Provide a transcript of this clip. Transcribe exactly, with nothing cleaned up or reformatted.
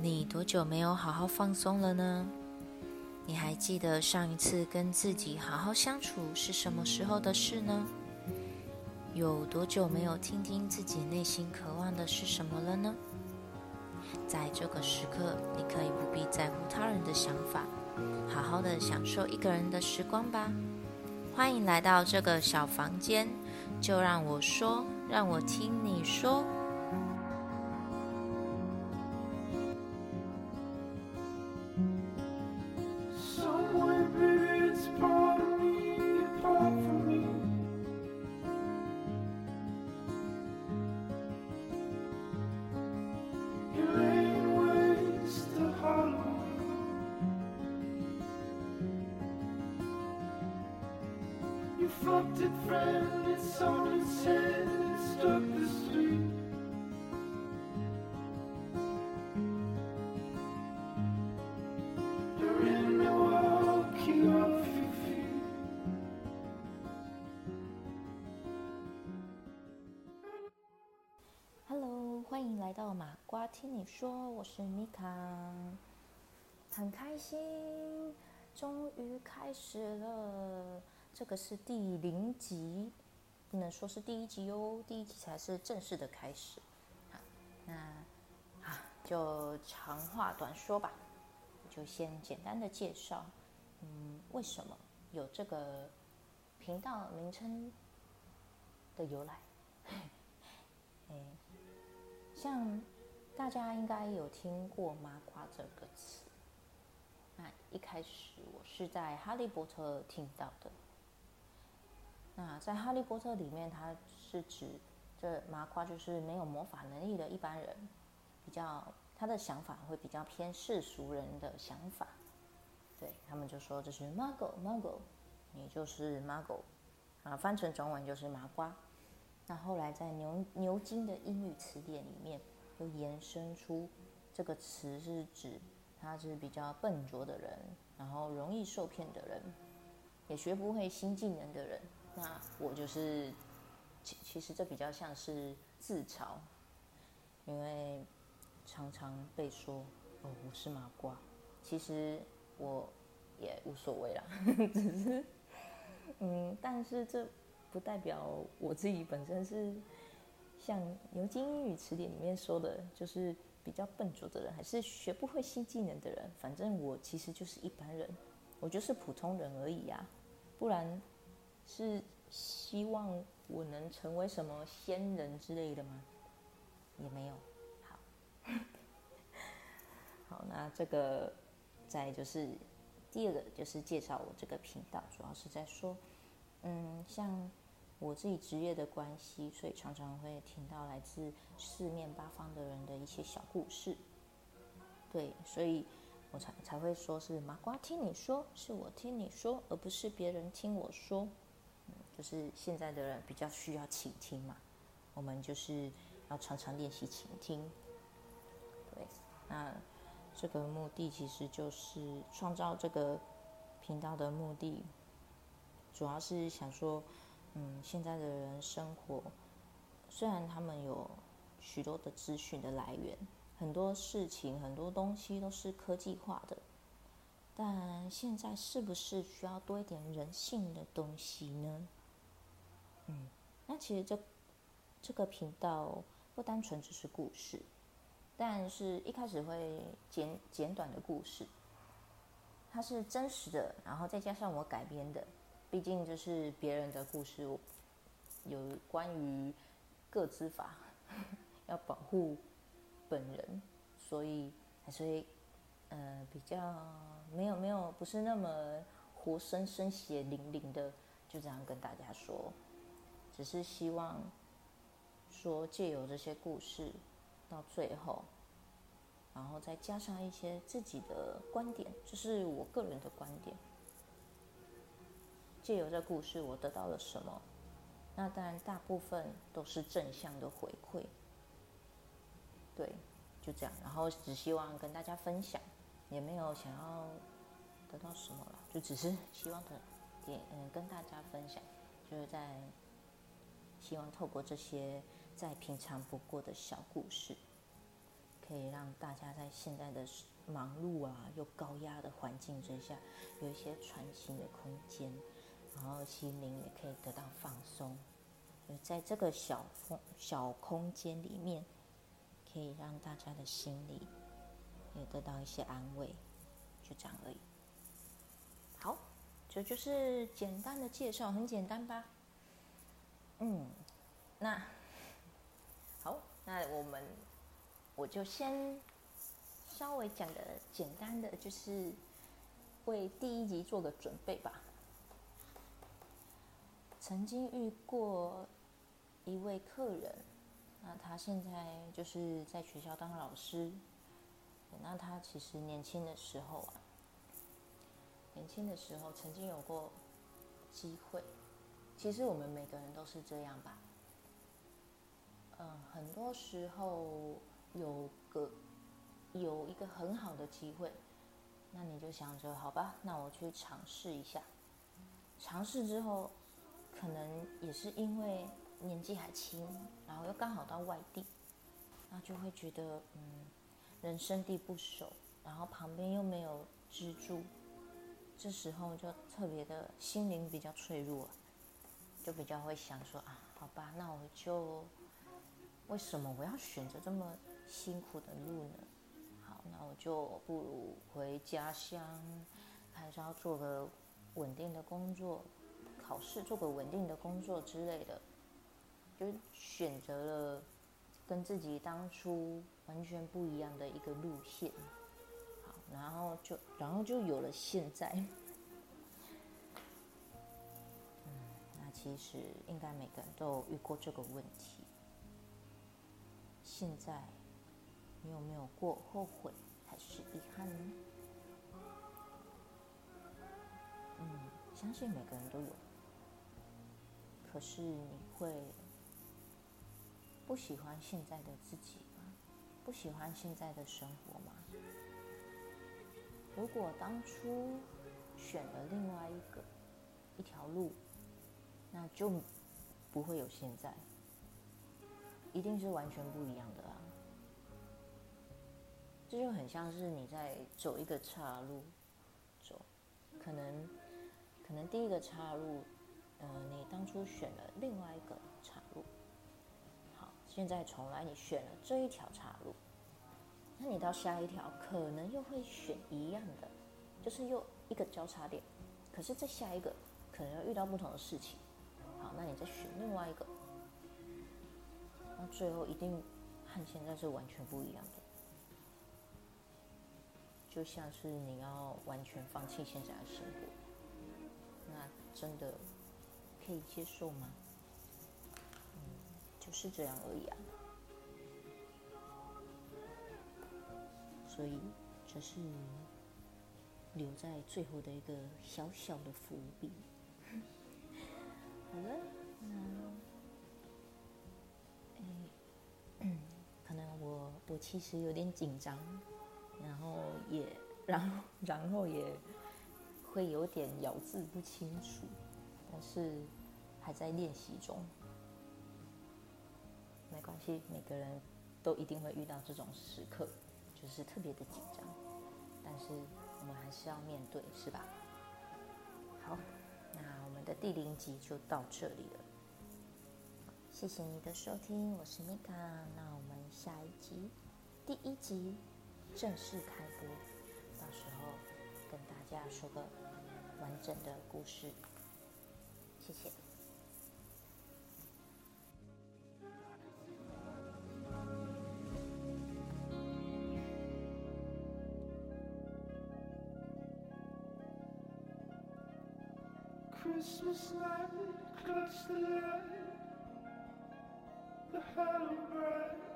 你多久没有好好放松了呢？你还记得上一次跟自己好好相处是什么时候的事呢？有多久没有听听自己内心渴望的是什么了呢？在这个时刻，你可以不必在乎他人的想法，好好的享受一个人的时光吧。欢迎来到这个小房间，就让我说，让我听你说。 You fucked it, friend, it's on its head, it struck the street. You're in Milwaukee off your feet. Hello， 欢迎来到麻瓜听你说，我是米卡，很开心，终于开始了。这个是第零集，不能说是第一集哦，第一集才是正式的开始。好，那啊，就长话短说吧，就先简单的介绍，嗯，为什么有这个频道名称的由来。哎，像大家应该有听过麻瓜这个词，那一开始我是在哈利波特听到的。那在哈利波特里面，它是指这麻瓜就是没有魔法能力的一般人，比较他的想法会比较偏世俗人的想法，对他们就说这是 Muggle Muggle， 你就是 Muggle， 啊，翻成中文就是麻瓜。那后来在牛牛津的英语词典里面，又延伸出这个词是指他是比较笨拙的人，然后容易受骗的人，也学不会新技能的人。那我就是其其实这比较像是自嘲，因为常常被说哦我是麻瓜，其实我也无所谓啦，只是嗯，但是这不代表我自己本身是像牛津英语词典里面说的，就是比较笨拙的人，还是学不会新技能的人。反正我其实就是一般人，我就是普通人而已啊，不然是希望我能成为什么仙人之类的吗？也没有。好，好，那这个再就是第二个就是介绍我这个频道，主要是在说，嗯，像我自己职业的关系，所以常常会听到来自四面八方的人的一些小故事。对，所以我才才会说是麻瓜听你说，是我听你说，而不是别人听我说。嗯，就是现在的人比较需要倾听嘛，我们就是要常常练习倾听。对，那这个目的其实就是创造这个频道的目的，主要是想说，嗯，现在的人生活虽然他们有许多的资讯的来源，很多事情很多东西都是科技化的，但现在是不是需要多一点人性的东西呢？嗯，那其实这这个频道不单纯只是故事，但是一开始会简简短的故事，它是真实的，然后再加上我改编的，毕竟就是别人的故事，有关于个资法要保护本人，所以还是会呃比较没有没有不是那么活生生血淋淋的，就这样跟大家说，只是希望说借由这些故事到最后，然后再加上一些自己的观点，这是我个人的观点。借由这故事，我得到了什么？那当然，大部分都是正向的回馈。对，就这样。然后只希望跟大家分享，也没有想要得到什么啦，就只是希望的点嗯跟大家分享，就是在希望透过这些再平常不过的小故事，可可以让大家在现在的忙碌啊又高压的环境之下，有一些喘息的空间，然后心灵也可以得到放松。在这个小小空间里面，可以让大家的心里也得到一些安慰，就这样而已。好，这就是简单的介绍，很简单吧？嗯，那好，那我们我就先稍微讲的简单的，就是为第一集做个准备吧。曾经遇过一位客人，那他现在就是在学校当老师。那他其实年轻的时候啊，年轻的时候曾经有过机会。其实我们每个人都是这样吧。嗯，很多时候有个有一个很好的机会，那你就想着好吧，那我去尝试一下。尝试之后，可能也是因为年纪还轻，然后又刚好到外地，那就会觉得嗯，人生地不熟，然后旁边又没有支柱，这时候就特别的心灵比较脆弱，就比较会想说啊，好吧，那我就为什么我要选择这么辛苦的路呢？好，那我就不如回家乡，还是要做个稳定的工作，考试做个稳定的工作之类的，就选择了跟自己当初完全不一样的一个路线。好，然后就然后就有了现在。嗯，那其实应该每个人都有遇过这个问题。现在你有没有过后悔还是遗憾呢？嗯，相信每个人都有。可是你会不喜欢现在的自己吗？不喜欢现在的生活吗？如果当初选了另外一个一条路，那就不会有现在，一定是完全不一样的啊。这就很像是你在走一个岔路，走，可能可能第一个岔路，呃，你当初选了另外一个岔路，好，现在重来，你选了这一条岔路，那你到下一条可能又会选一样的，就是又一个交叉点，可是再下一个可能要遇到不同的事情，好，那你再选另外一个，那最后一定和现在是完全不一样的。就像是你要完全放弃现在的生活，那真的可以接受吗？嗯，就是这样而已啊。所以这是留在最后的一个小小的伏笔。好了，那，哎，可能我我其实有点紧张。然后也，然后然后也会有点咬字不清楚，但是还在练习中。没关系，每个人都一定会遇到这种时刻，就是特别的紧张，但是我们还是要面对，是吧？好，那我们的第零集就到这里了，谢谢你的收听，我是 Mika， 那我们下一集第一集正式开播，到时候跟大家说个完整的故事，谢谢。 Christmas light, clutch the light, the hollow bright.